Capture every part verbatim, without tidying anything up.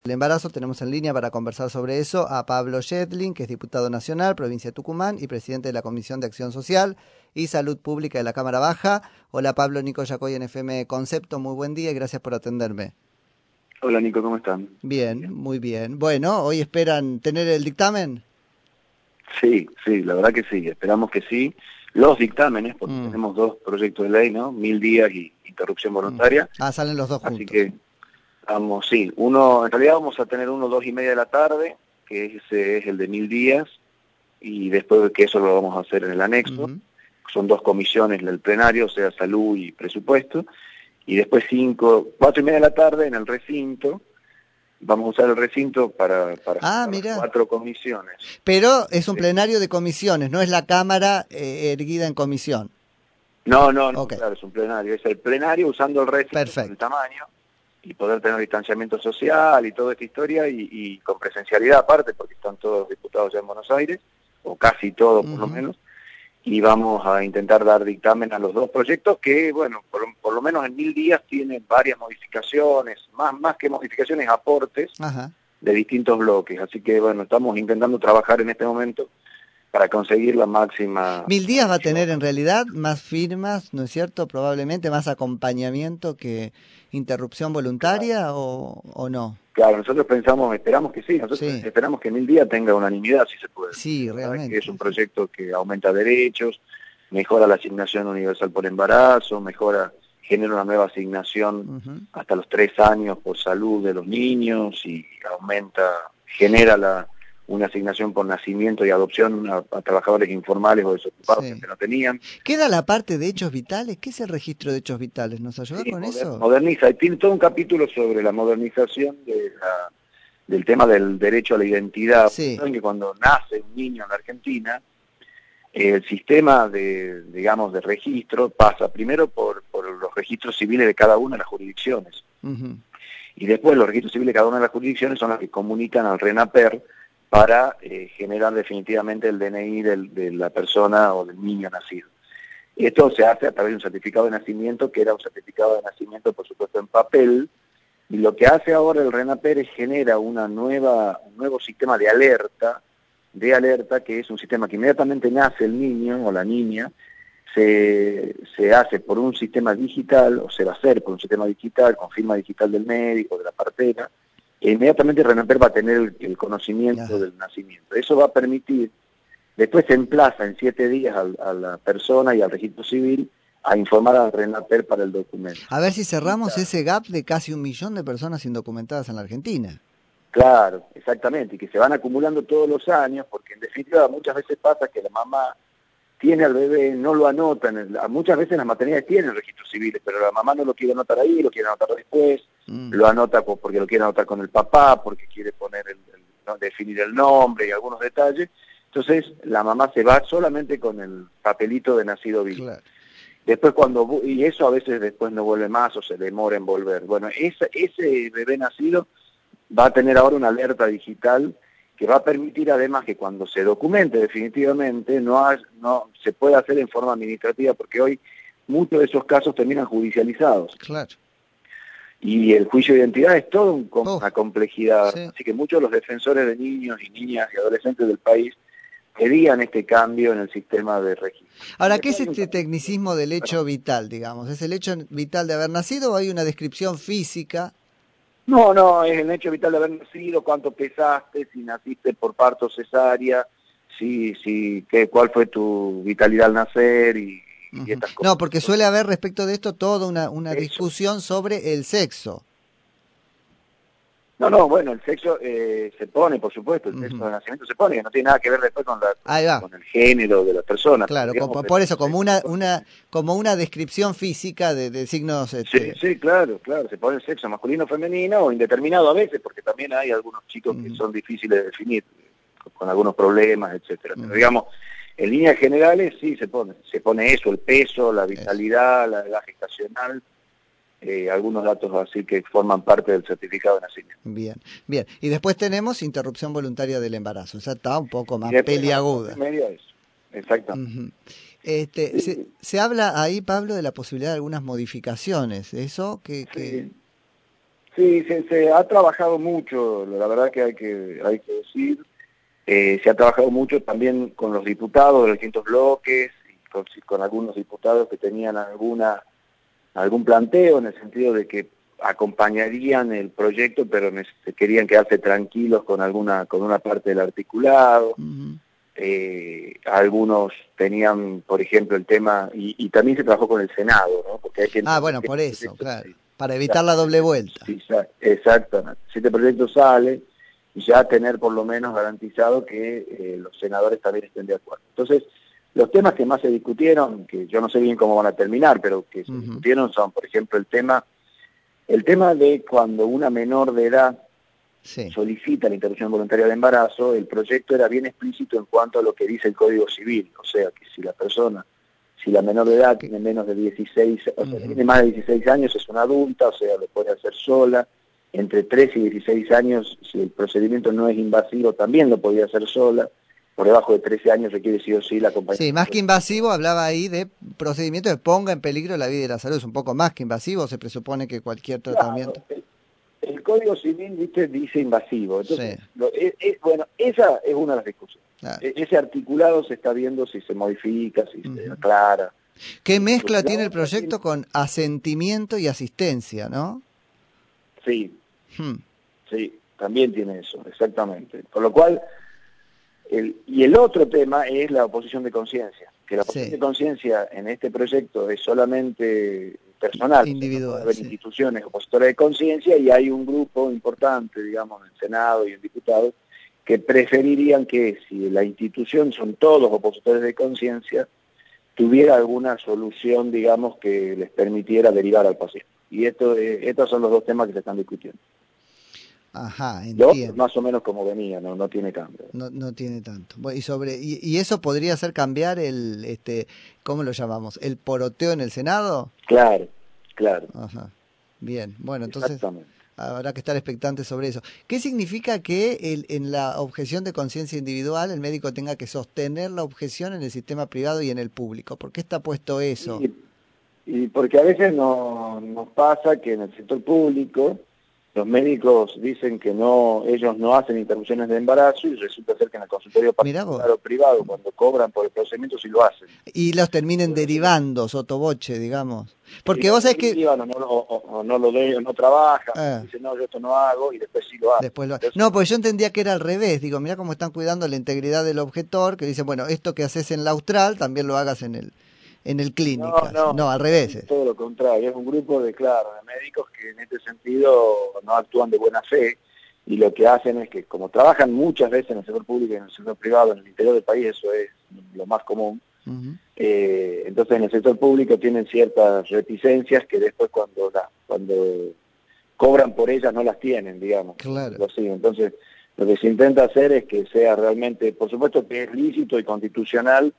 El embarazo. Tenemos en línea para conversar sobre eso a Pablo Yedlin, que es diputado nacional, provincia de Tucumán, y presidente de la Comisión de Acción Social y Salud Pública de la Cámara Baja. Hola Pablo, Nico Yacoy en F M Concepto, muy buen día y gracias por atenderme. Hola Nico, ¿cómo están? Bien, Bien. muy bien. Bueno, ¿hoy esperan tener el dictamen? Sí, sí, la verdad que sí, esperamos que sí. Los dictámenes, porque Mm. tenemos dos proyectos de ley, ¿no? Mil días y interrupción voluntaria. Mm. Ah, salen los dos Así juntos. que vamos, sí, uno, en realidad vamos a tener uno dos y media de la tarde, que ese es el de mil días, y después de que eso lo vamos a hacer en el anexo. Uh-huh. Son dos comisiones del plenario, o sea, salud y presupuesto, y después cinco, cuatro y media de la tarde en el recinto. Vamos a usar el recinto para, para Ah, las mira. cuatro comisiones. Pero es un Sí. plenario de comisiones, no es la Cámara eh, erguida en comisión. No, no, no, Okay. claro, es un plenario. Es el plenario usando el recinto Perfecto. con el tamaño y poder tener distanciamiento social y toda esta historia y, y con presencialidad aparte, porque están todos los diputados ya en Buenos Aires, o casi todos por Uh-huh. lo menos, y vamos a intentar dar dictamen a los dos proyectos que, bueno, por, por lo menos en mil días tienen varias modificaciones, más, más que modificaciones, aportes. Ajá. De distintos bloques. Así que, bueno, estamos intentando trabajar en este momento para conseguir la máxima... Mil días va a tener en adhesión. realidad más firmas, ¿no es cierto? Probablemente más acompañamiento que interrupción voluntaria, Claro. o, o no. Claro, nosotros pensamos, esperamos que sí, nosotros Sí, esperamos que Mil Días tenga unanimidad, si se puede. sí, La verdad es que realmente. es un proyecto que aumenta derechos, mejora la asignación universal por embarazo, mejora, genera una nueva asignación Uh-huh. hasta los tres años por salud de los niños y aumenta, genera la una asignación por nacimiento y adopción a, a trabajadores informales o desocupados que Sí. antes no tenían. ¿Queda la parte de hechos vitales? ¿Qué es el registro de hechos vitales? ¿Nos ayuda Sí, con moder, eso? moderniza. Y tiene todo un capítulo sobre la modernización de la, del tema del derecho a la identidad. Ustedes Sí. saben que cuando nace un niño en la Argentina, eh, el sistema de, digamos, de registro pasa primero por, por los registros civiles de cada una de las jurisdicciones. Uh-huh. Y después los registros civiles de cada una de las jurisdicciones son los que comunican al RENAPER para eh, generar definitivamente el D N I del, de la persona o del niño nacido. Esto se hace a través de un certificado de nacimiento, que era un certificado de nacimiento, por supuesto, en papel, y lo que hace ahora el RENAPER es genera una nueva, un nuevo sistema de alerta, de alerta, que es un sistema que inmediatamente nace el niño o la niña, se, se hace por un sistema digital, o se va a hacer por un sistema digital, con firma digital del médico, de la partera, e inmediatamente el RENAPER va a tener el, el conocimiento Ajá. del nacimiento. Eso va a permitir, después se emplaza en siete días a, a la persona y al registro civil a informar al RENAPER para el documento. A ver si cerramos Claro. ese gap de casi un millón de personas indocumentadas en la Argentina. Claro, exactamente, y que se van acumulando todos los años, porque en definitiva muchas veces pasa que la mamá tiene al bebé, no lo anota, en el, muchas veces las maternidades tienen registros civiles, pero la mamá no lo quiere anotar ahí, lo quiere anotar después, Mm. lo anota porque lo quiere anotar con el papá, porque quiere poner el, el, no, definir el nombre y algunos detalles. Entonces la mamá se va solamente con el papelito de nacido vivo. Claro. Después cuando, y eso a veces después no vuelve más o se demora en volver. Bueno, ese, ese bebé nacido va a tener ahora una alerta digital que va a permitir además que cuando se documente definitivamente no, hay, no se puede hacer en forma administrativa, porque hoy muchos de esos casos terminan judicializados. Claro. Y el juicio de identidad es toda un, Oh, una complejidad. sí. Así que muchos de los defensores de niños y niñas y adolescentes del país pedían este cambio en el sistema de registro. Ahora, ¿qué es este tecnicismo del hecho vital, digamos? ¿Es el hecho vital de haber nacido o hay una descripción física? No, no, es el hecho vital de haber nacido, cuánto pesaste, si naciste por parto cesárea, si, si, qué, cuál fue tu vitalidad al nacer y, Uh-huh. y estas cosas. No, porque suele haber respecto de esto toda una, una Eso. discusión sobre el sexo. No, no, bueno, el sexo eh, se pone, por supuesto, el sexo Uh-huh. de nacimiento se pone, que no tiene nada que ver después con, la, Ahí va. con el género de la persona. Claro, Digamos, como, pero por eso, como una, se una, como una descripción física de, de signos... Este... Sí, sí, claro, claro, se pone el sexo masculino, femenino o indeterminado a veces, porque también hay algunos chicos Uh-huh. que son difíciles de definir, con algunos problemas, etcétera. Uh-huh. Pero digamos, en líneas generales sí se pone, se pone eso, el peso, la vitalidad, eso. La edad gestacional, eh, algunos datos así que forman parte del certificado de nacimiento. Bien, bien. Y después tenemos interrupción voluntaria del embarazo, o sea, está un poco más Y peliaguda. Media eso, exacto. Uh-huh. Este, Sí, se, se habla ahí, Pablo, de la posibilidad de algunas modificaciones. ¿Eso que, que... sí. Sí, se, se ha trabajado mucho, la verdad que hay que, hay que decir, eh, se ha trabajado mucho también con los diputados de los distintos bloques, y con, con algunos diputados que tenían alguna algún planteo en el sentido de que acompañarían el proyecto, pero querían quedarse tranquilos con alguna con una parte del articulado. Uh-huh. Eh, algunos tenían, por ejemplo, el tema, y, y también se trabajó con el Senado, ¿no? Porque hay que ah, bueno, por eso, claro, para evitar la doble vuelta. Sí, exactamente. Si este proyecto sale, ya tener por lo menos garantizado que eh, los senadores también estén de acuerdo. Entonces, los temas que más se discutieron, que yo no sé bien cómo van a terminar, pero que se uh-huh. discutieron son, por ejemplo, el tema, el tema de cuando una menor de edad sí. solicita la interrupción voluntaria de embarazo, el proyecto era bien explícito en cuanto a lo que dice el Código Civil, o sea, que si la persona, si la menor de edad tiene menos de dieciséis, o sea, uh-huh. tiene más de dieciséis años, es una adulta, o sea, lo puede hacer sola. Entre trece y dieciséis años, si el procedimiento no es invasivo, también lo podía hacer sola. Por debajo de trece años requiere sí o sí la acompañamiento. Sí, más que invasivo, hablaba ahí de procedimiento que ponga en peligro la vida y la salud. Es un poco más que invasivo, se presupone que cualquier tratamiento. Claro, el, el Código Civil ¿viste? Dice invasivo. Entonces, sí. lo, es, es, bueno, esa es una de las discusiones. Claro. E, ese articulado se está viendo si se modifica, si uh-huh. se aclara. ¿Qué mezcla Porque tiene el proyecto tiene... con asentimiento y asistencia, no? Sí, hmm. sí, también tiene eso, exactamente. Por lo cual... El, y el otro tema es la oposición de conciencia, que la oposición sí. de conciencia en este proyecto es solamente personal, individual, o sea, no puede haber sí. instituciones opositoras de conciencia, y hay un grupo importante, digamos, en el Senado y en diputados, que preferirían que si la institución son todos opositores de conciencia, tuviera alguna solución, digamos, que les permitiera derivar al paciente. Y esto, eh, estos son los dos temas que se están discutiendo. Ajá, entiendo. Más o menos como venía, no, no tiene cambio. No, no tiene tanto. Bueno, y sobre y, y eso podría hacer cambiar el, este, ¿cómo lo llamamos? ¿El poroteo en el Senado? Claro, claro. Ajá. Bien, bueno, entonces habrá que estar expectantes sobre eso. ¿Qué significa que el, en la objeción de conciencia individual el médico tenga que sostener la objeción en el sistema privado y en el público? ¿Por qué está puesto eso? Y, y porque a veces no, nos pasa que en el sector público los médicos dicen que no, ellos no hacen interrupciones de embarazo y resulta ser que en el consultorio particular o privado, cuando cobran por el procedimiento, sí lo hacen. Y los terminen derivando, sotoboche, digamos. Porque vos sabés que... O no, no, o, o no lo de, o no trabaja, ah. dicen, no, yo esto no hago, y después sí lo hago. Después lo... No, pues yo entendía que era al revés. Digo, mirá cómo están cuidando la integridad del objetor, que dicen, bueno, esto que haces en la Austral, también lo hagas en el... en el clínica, no, no, no, al revés. Es todo lo contrario, es un grupo de, claro, de médicos que en este sentido no actúan de buena fe y lo que hacen es que como trabajan muchas veces en el sector público y en el sector privado, en el interior del país, eso es lo más común, uh-huh. eh, entonces en el sector público tienen ciertas reticencias que después cuando, la, cuando cobran por ellas no las tienen, digamos. Claro. Así. Entonces lo que se intenta hacer es que sea realmente, por supuesto que es lícito y constitucional,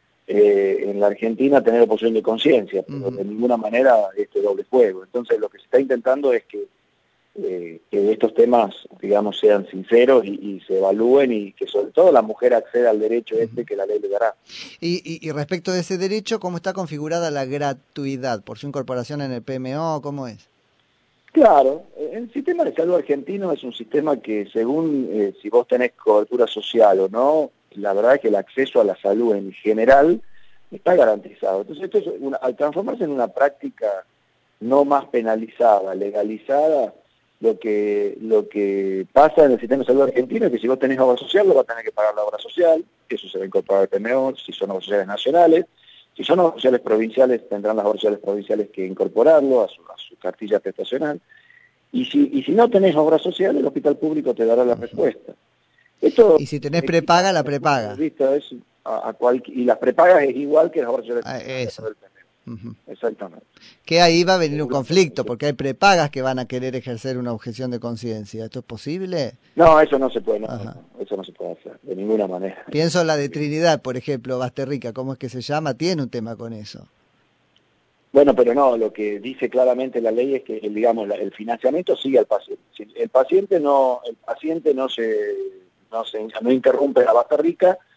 Eh, en la Argentina tener oposición de conciencia, pero uh-huh. de ninguna manera este doble juego. Entonces lo que se está intentando es que, eh, que estos temas, digamos, sean sinceros y, y se evalúen y que sobre todo la mujer acceda al derecho este uh-huh. que la ley le dará. Y, y, y respecto de ese derecho, ¿cómo está configurada la gratuidad? ¿Por su incorporación en el P M O? ¿Cómo es? Claro, el sistema de salud argentino es un sistema que según eh, si vos tenés cobertura social o no, la verdad es que el acceso a la salud en general está garantizado. Entonces, esto es una, al transformarse en una práctica no más penalizada, legalizada, lo que lo que pasa en el sistema de salud argentino es que si vos tenés obra social, lo vas a tener que pagar la obra social, eso se va a incorporar al P M O, si son obras sociales nacionales, si son obras sociales provinciales, tendrán las obras sociales provinciales que incorporarlo a su, a su cartilla prestacional, y si, y si no tenés obra social, el hospital público te dará la uh-huh. respuesta. Esto, y si tenés prepaga, la prepaga. Visto, es a, a cual, y las prepagas es igual que las obras sociales. Ah, eso. Del P M O. Uh-huh. Exactamente. Que ahí va a venir un conflicto, porque hay prepagas que van a querer ejercer una objeción de conciencia. ¿Esto es posible? No, eso no se puede, no, no, eso no se puede hacer, de ninguna manera. Pienso en la de Trinidad, por ejemplo, Basterrica, ¿cómo es que se llama? Tiene un tema con eso. Bueno, pero no, lo que dice claramente la ley es que, el, digamos, el financiamiento sigue al paciente. Si el paciente no, el paciente no se, no se, no interrumpe la Basterrica,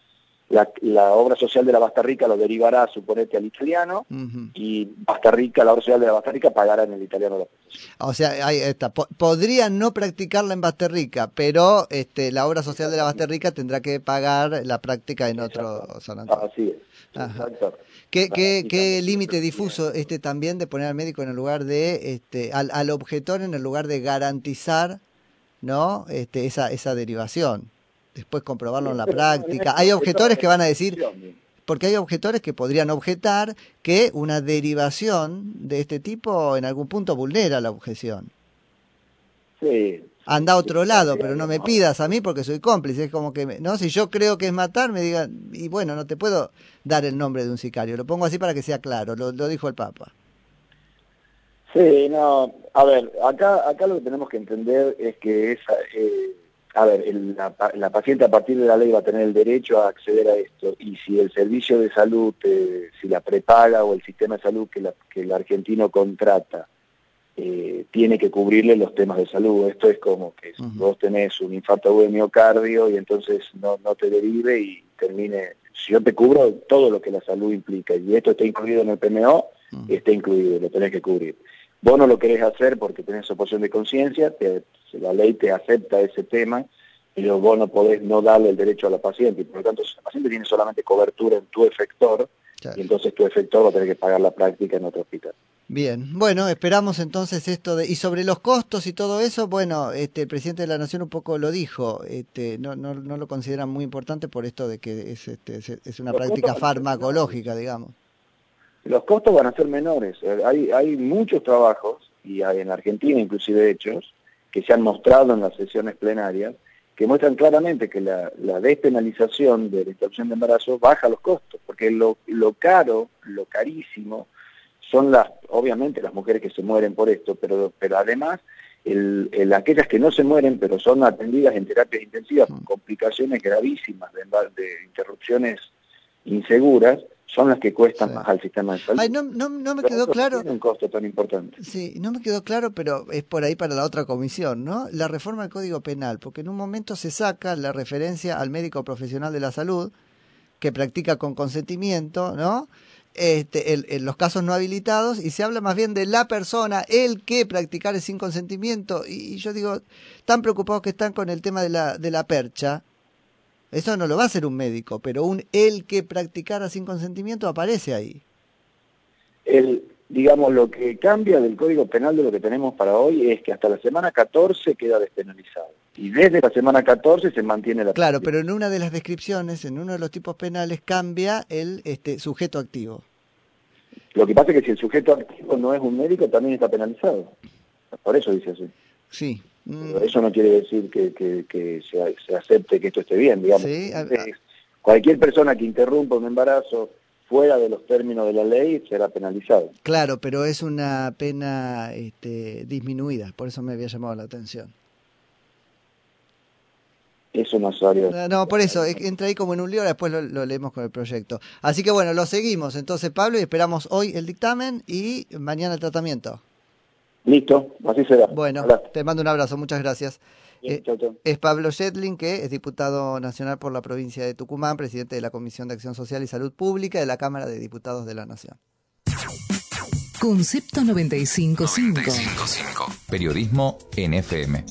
la, la obra social de la Basta Rica lo derivará, suponete, al italiano, uh-huh. y Basta Rica, la obra social de la Basta Rica pagará en el italiano la profesión. O sea, ahí está. Podrían no practicarla en Basta Rica, pero este, la obra social de la Basta Rica tendrá que pagar la práctica en otro sanatorio. Así es. Exacto. ¿Qué, qué, qué límite difuso este también de poner al médico en el lugar de, este, al, al objetor en el lugar de garantizar, ¿no? Este, esa, esa derivación? Después comprobarlo en la práctica. Hay objetores que van a decir, porque hay objetores que podrían objetar que una derivación de este tipo en algún punto vulnera la objeción. Sí. Anda a otro lado, pero no me pidas a mí porque soy cómplice. Es como que, no, si yo creo que es matar, me digan, y bueno, no te puedo dar el nombre de un sicario. Lo pongo así para que sea claro, lo, lo dijo el Papa. Sí, no, a ver, acá acá lo que tenemos que entender es que esa... Eh, A ver, el, la, la paciente a partir de la ley va a tener el derecho a acceder a esto, y si el servicio de salud, eh, si la prepaga o el sistema de salud que, la, que el argentino contrata, eh, tiene que cubrirle los temas de salud. Esto es como que si uh-huh. vos tenés un infarto agudo de miocardio y entonces no, no te derive y termine, si yo te cubro todo lo que la salud implica, y esto está incluido en el P M O, uh-huh. está incluido, lo tenés que cubrir. Vos no lo querés hacer porque tenés oposición de conciencia, la ley te acepta ese tema, pero vos no podés no darle el derecho a la paciente, y por lo tanto, si la paciente tiene solamente cobertura en tu efector, claro. y entonces tu efector va a tener que pagar la práctica en otro hospital. Bien, bueno, esperamos entonces esto de, y sobre los costos y todo eso, bueno, este el presidente de la Nación un poco lo dijo, este no no, no lo consideran muy importante por esto de que es este es, es una los práctica farmacológica, digamos. Los costos van a ser menores. Hay hay muchos trabajos, y hay en Argentina inclusive hechos, que se han mostrado en las sesiones plenarias, que muestran claramente que la, la despenalización de la interrupción de embarazo baja los costos, porque lo, lo caro, lo carísimo, son las, obviamente las mujeres que se mueren por esto, pero, pero además el, el, aquellas que no se mueren, pero son atendidas en terapias intensivas con complicaciones gravísimas de, de interrupciones inseguras, son las que cuestan sí. más al sistema de salud. Ay, no, no, no me quedó claro. Tiene un costo tan importante. Sí, no me quedó claro, pero es por ahí para la otra comisión, ¿no? La reforma del Código Penal, porque en un momento se saca la referencia al médico profesional de la salud que practica con consentimiento, ¿no? Este, el, en los casos no habilitados, y se habla más bien de la persona, el que practicare sin consentimiento, y, y yo digo, tan preocupados que están con el tema de la, de la percha. Eso no lo va a hacer un médico, pero un el que practicara sin consentimiento aparece ahí. El, digamos, lo que cambia del Código Penal de lo que tenemos para hoy es que hasta la semana catorce queda despenalizado. Y desde la semana catorce se mantiene la... Claro, pero en una de las descripciones, en uno de los tipos penales, cambia el este, sujeto activo. Lo que pasa es que si el sujeto activo no es un médico, también está penalizado. Por eso dice así. Sí. Pero eso no quiere decir que, que, que se, se acepte que esto esté bien, digamos. Sí, a, a... Cualquier persona que interrumpa un embarazo fuera de los términos de la ley será penalizado. Claro, pero es una pena este, disminuida, por eso me había llamado la atención. Eso no es válido. No, no, por eso, entra ahí como en un lío, después lo, lo leemos con el proyecto. Así que bueno, lo seguimos entonces, Pablo, y esperamos hoy el dictamen y mañana el tratamiento. Listo, así será. Bueno, Hola. Te mando un abrazo, muchas gracias. Bien, eh, chau, chau. Es Pablo Shetling, que es diputado nacional por la provincia de Tucumán, presidente de la Comisión de Acción Social y Salud Pública de la Cámara de Diputados de la Nación. Concepto noventa y cinco punto cinco. Periodismo en F M.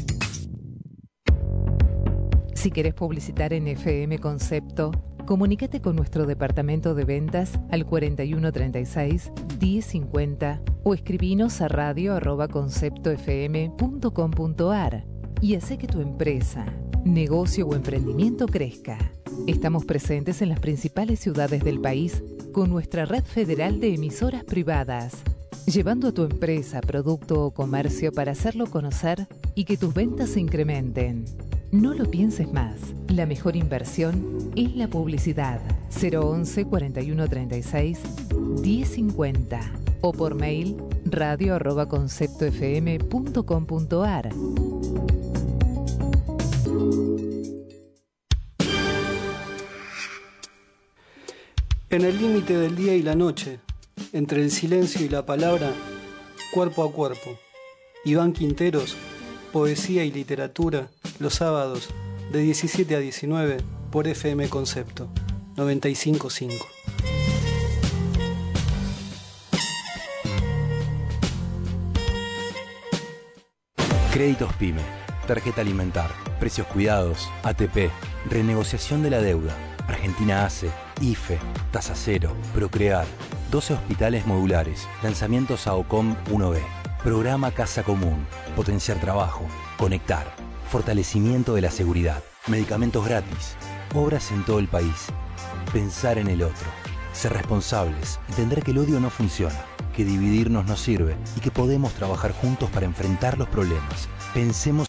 Si querés publicitar en F M Concepto, comunícate con nuestro departamento de ventas al cuarenta y uno treinta y seis, diez cincuenta o escribinos a radio arroba concepto f m punto com punto a r y hace que tu empresa, negocio o emprendimiento crezca. Estamos presentes en las principales ciudades del país con nuestra red federal de emisoras privadas, llevando a tu empresa, producto o comercio para hacerlo conocer y que tus ventas se incrementen. No lo pienses más. La mejor inversión es la publicidad. cero once, cuarenta y uno treinta y seis, diez cincuenta o por mail radio arroba concepto f m punto com punto a r. En el límite del día y la noche, entre el silencio y la palabra, cuerpo a cuerpo. Iván Quinteros, poesía y literatura, los sábados de diecisiete a diecinueve por F M Concepto. noventa y cinco punto cinco. Créditos PYME, tarjeta alimentar, precios cuidados, A T P, renegociación de la deuda, Argentina ACE, I F E, Tasa Cero, Procrear, doce hospitales modulares, lanzamientos a OCOM uno B, programa Casa Común, potenciar trabajo, conectar, fortalecimiento de la seguridad, medicamentos gratis, obras en todo el país, pensar en el otro, ser responsables, entender que el odio no funciona, que dividirnos no sirve y que podemos trabajar juntos para enfrentar los problemas. Pensemos